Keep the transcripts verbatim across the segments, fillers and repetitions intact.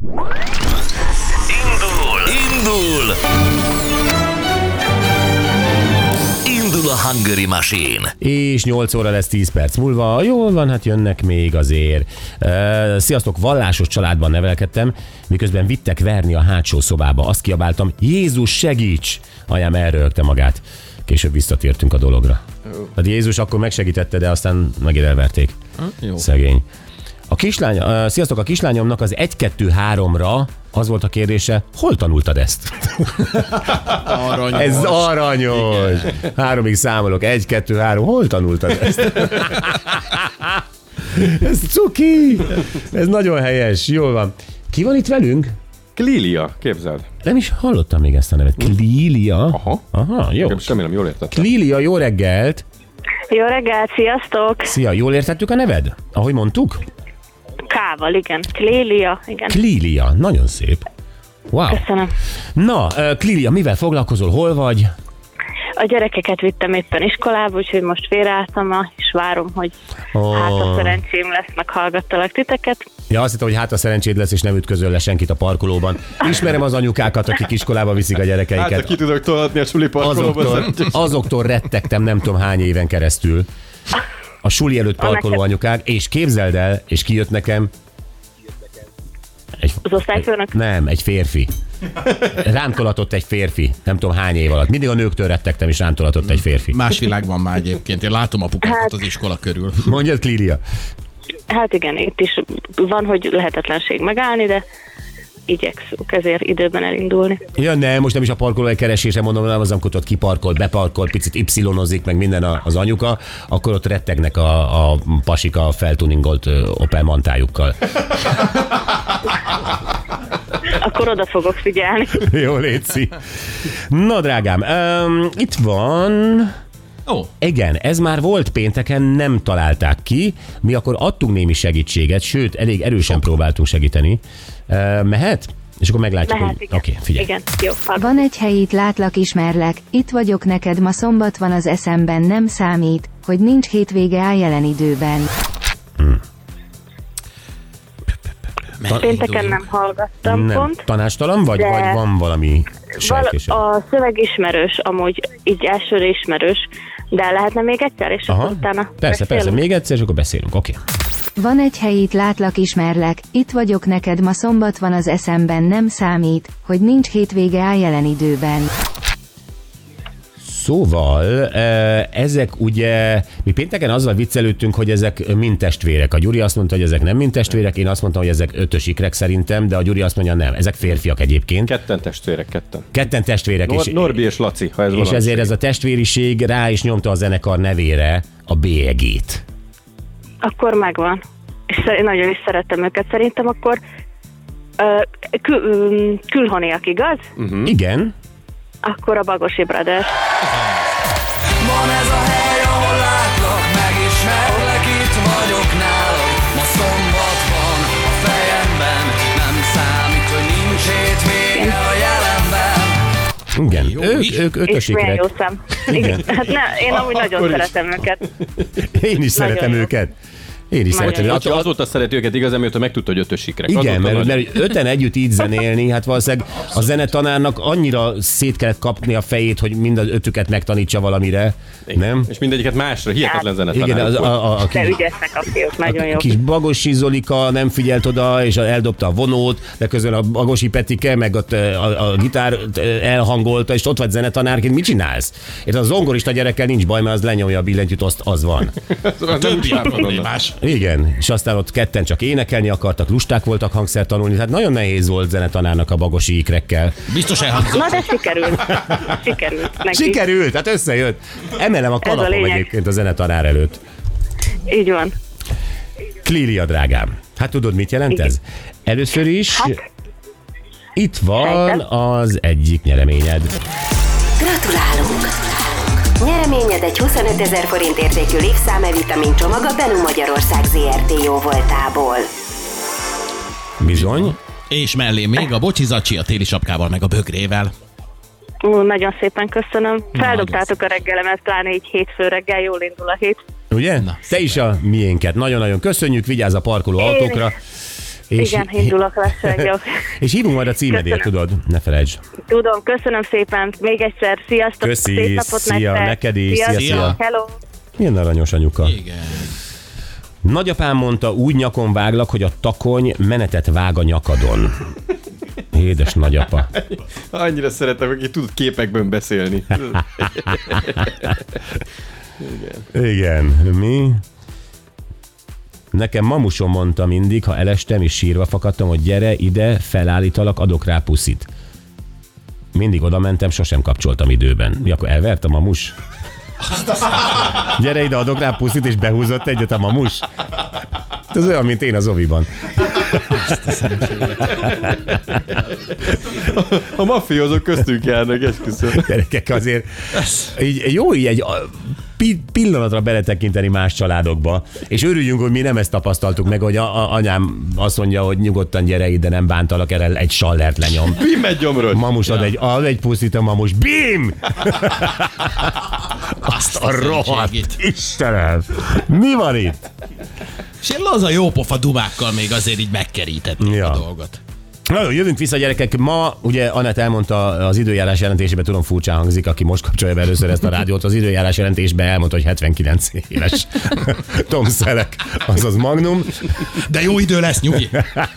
Indul! Indul! Indul a Hungary Machine. És nyolc óra lesz tíz perc múlva. Jól van, hát jönnek még azért. Uh, sziasztok, vallásos családban nevelkedtem, miközben vittek verni a hátsó szobába. Azt kiabáltam, Jézus segíts! Anyám elröhögte magát. Később visszatértünk a dologra. Tehát Jézus akkor megsegítette, de aztán megint elverték. Jó. Szegény. A kislány, uh, sziasztok, a kislányomnak az egy kettő háromra az volt a kérdése, hol tanultad ezt? Aranyos. Ez aranyos. Igen. Háromig számolok, egy kettő három, hol tanultad ezt? Ez cuki. Ez nagyon helyes, jól van. Ki van itt velünk? Klília, képzeld. Nem is hallottam még ezt a nevet. Klília? Aha. Aha, jó. Remélem, jól értettem. Klília, jó reggelt. Jó reggelt, sziasztok! Szia, jól értettük a neved? Ahogy mondtuk? Kával, igen. Klília, igen. Klília, nagyon szép. Wow. Köszönöm. Na, Klília, mivel foglalkozol, hol vagy? A gyerekeket vittem éppen iskolába, úgyhogy most félreálltam, és várom, hogy Oh. hát a szerencsém lesz, meghallgattalak titeket. Ja, azt hittem, hogy hát a szerencséd lesz, és nem ütközöl le senkit a parkolóban. Ismerem az anyukákat, akik iskolába viszik a Hát, gyerekeiket. ha ki tudok tolatni a suli parkolóba. Azoktól, azoktól rettegtem nem tudom hány éven keresztül. A suli előtt parkoló anyukák, és képzeld el, és kijött nekem egy, Az osztályfőnök? nem, egy férfi. Rám tolatott egy férfi, nem tudom hány év alatt. Mindig a nőktől rettegtem, és rám tolatott egy férfi. Más világ van már egyébként. Én látom apukákat Hát- az iskola körül. Mondjad, Klília. Hát igen, itt is van, hogy lehetetlenség megállni, de igyekszünk ezért időben elindulni. Ja, nem, most nem is a parkolóhely keresésre mondom, hanem az, amikor ott kiparkol, beparkol, picit y-ozik, meg minden a- az anyuka, akkor ott rettegnek a, a pasik a feltuningolt ö, Opel mantájukkal. Akkor oda fogok figyelni. Jó, létszi. Na, drágám, um, itt van... Ó, Igen, ez már volt pénteken, nem találták ki. Mi akkor adtunk némi segítséget, sőt, elég erősen próbáltunk segíteni. Uh, mehet? És akkor meglátjuk, Lehet, hogy... igen. Oké, okay, figyelj. Igen, jó. Van egy helyit, látlak, ismerlek, itt vagyok neked, ma szombat van, az eszemben nem számít, hogy nincs hétvége, áll jelen időben. Pénteken nem hallgattam Nem, pont. tanástalan vagy, De- vagy van valami Val- sejtésed? a szöveg ismerős, amúgy így elsőre ismerős, de lehetne még egyszer, és Aha, akkor utána persze, persze, beszélünk? még egyszer, és akkor beszélünk, oké. Okay. Van egy helyit, látlak, ismerlek, itt vagyok neked, ma szombat van, az eszemben nem számít, hogy nincs hétvége, áll jelen időben. Szóval eh, ezek ugye, mi pénteken azzal viccelődtünk, hogy ezek mind testvérek. A Gyuri azt mondta, hogy ezek nem mind testvérek, én azt mondtam, hogy ezek ötös ikrek szerintem, de a Gyuri azt mondja, nem, ezek férfiak egyébként. Ketten testvérek, ketten. Ketten testvérek, Nor- és, Norbi és Laci, ha ez és valami. ezért ez a testvériség rá is nyomta a zenekar nevére a bélyegét. Akkor megvan. És szer- nagyon is szeretem őket. Szerintem akkor ö, kül- ö, külhoniak, igaz? Uh-huh. Igen. Akkor a Bagosi Brothers. Van ez a hely, ahol látlak, megismerlek, itt vagyok nálad. Ma szombat van a fejemben, nem számít, hogy nincs hétvége a jelenben. Igen, Jó ők, is. ők És ötös milyen ikrek. jó szem. Igen. Hát ne, én amúgy nagyon Akkor is. szeretem őket. Én is szeretem jó. őket. Én is Nagyon szeretem jó. őket. Csak azóta szereti őket igazán, mióta megtudta, hogy ötösikrek. Igen, Azóta mert, nagy- mert hogy öten együtt így zenélni, hát valószínűleg a zenetanárnak annyira szét kellett kapni a fejét, hogy mind az ötüket megtanítsa valamire, nem? És mindegyiket másra, hihetetlen zenetanár. Igen, az, a, a, a, De kis, ügyesek a fiúk, nagyon jó. a kis Bagosi Zolika nem figyelt oda, és eldobta a vonót, de közben a Bagosi Petike meg ott a, a gitár elhangolta, és ott vagy zenetanárként, mit csinálsz? És a zongorista gyerekkel nincs baj, mert az lenyomja a billentyűt, azt az van. A többi a problémás. Igen, és aztán ott ketten csak énekelni akartak, lusták voltak hangszert tanulni, tehát nagyon nehéz volt zenetanárnak a Bagosi ikrekkel. Biztos elhangzott. Na de sikerült. Sikerült neki. Sikerült, hát összejött. Emelem a Ez a kalapom lényeg. egyébként a zenetanár előtt. Így van. Klília, drágám. Hát tudod, mit jelent Igen. ez? Először is Hát? itt van Sejtem. az egyik nyereményed. Gratulálunk! Nyereményed egy huszonötezer forint értékű Lépszáme vitamin csomag a Benu Magyarország zé er té jóvoltából. Bizony. És mellé még a Bocsi Zacsi a téli sapkával meg a bögrével. Ú, nagyon szépen köszönöm. Feldobtátok a reggelemet, pláne így hétfő reggel, jól indul a hét. Ugye? Na, Te is a miénket. Nagyon-nagyon köszönjük, vigyázz a parkoló Én autókra. És, Igen, indulok lassan, jó. És hívunk majd a címedért, Köszönöm. tudod? Ne felejtsd. Tudom, köszönöm szépen. Még egyszer, sziasztok. Köszi, Szép napot szia, nektek. neked is, szia, Sziasztok. szia. Hello. Milyen aranyos anyuka. Igen. Nagyapám mondta, úgy nyakon váglak, hogy a takony menetet vág a nyakadon. Édes nagyapa. Annyira szeretem, hogy tud képekben beszélni. Igen, mi? Nekem mamusom mondta mindig, ha elestem és sírva fakadtam, hogy gyere ide, felállítalak, adok rá puszit. Mindig oda mentem, sosem kapcsoltam időben. Mi, akkor elvert a mamus? Gyere ide, adok rá puszit, és behúzott egyet a mamus? Ez olyan, mint én az oviban. A mafiózók köztünk járnak, esküszöm. Gyerekek, azért így, jó így egy pi- pillanatra beletekinteni más családokba, és örüljünk, hogy mi nem ezt tapasztaltuk meg, hogy a, a, anyám azt mondja, hogy nyugodtan gyere ide, nem bántalak, erre egy sallert lenyom. Bim egy gyomrod. Mamus ad egy, ad egy puszit a mamus, bim! Azt a rohadt, Istenem! Mi van itt? És én laza jópofa dumákkal még azért így megkerítették Ja. a dolgot. Na jó, jövünk vissza, gyerekek. Ma, ugye Anett elmondta az időjárás jelentésében, tudom, furcsán hangzik, aki most kapcsolja be először ezt a rádiót, az időjárás jelentésben elmondta, hogy hetvenkilenc éves Tom Selleck, azaz Magnum. De jó idő lesz, nyugi.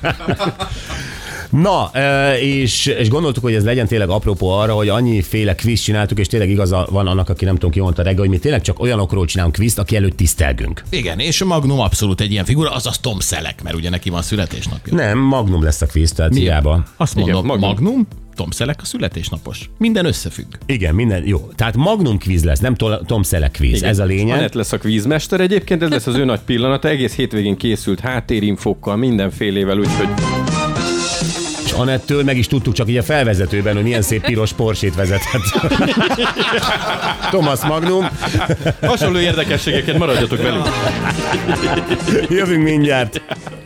Na, és, és gondoltuk, hogy ez legyen tényleg apropó arra, hogy annyiféle kvíz csináltuk, és tényleg igaza van annak, aki nem tudom ki mondta reggel, hogy mi tényleg csak olyanokról csinálunk kvízt, aki előtt tisztelgünk. Igen, és Magnum abszolút egy ilyen figura, azaz Tom Selleck, mert ugye neki van születésnapja. Nem, Magnum lesz a kvíz, tehát hiába. Azt Igen, mondom, Magnum. Magnum, Tom Selleck a születésnapos. Minden összefügg. Igen, minden, jó. Tehát Magnum kvíz lesz, nem Tol- Tom Selleck kvíz. Igen. Ez a lényeg. Anett lesz a kvízmester egyébként, ez lesz az ő nagy pillanata, egész hétvégén készült háttérinfókkal, mindenfélével, úgyhogy És Anettől meg is tudtuk csak így a felvezetőben, hogy milyen szép piros Porsét vezethet. Thomas Magnum. hasonló érdekességeket maradjatok velünk. Jövünk mindjárt.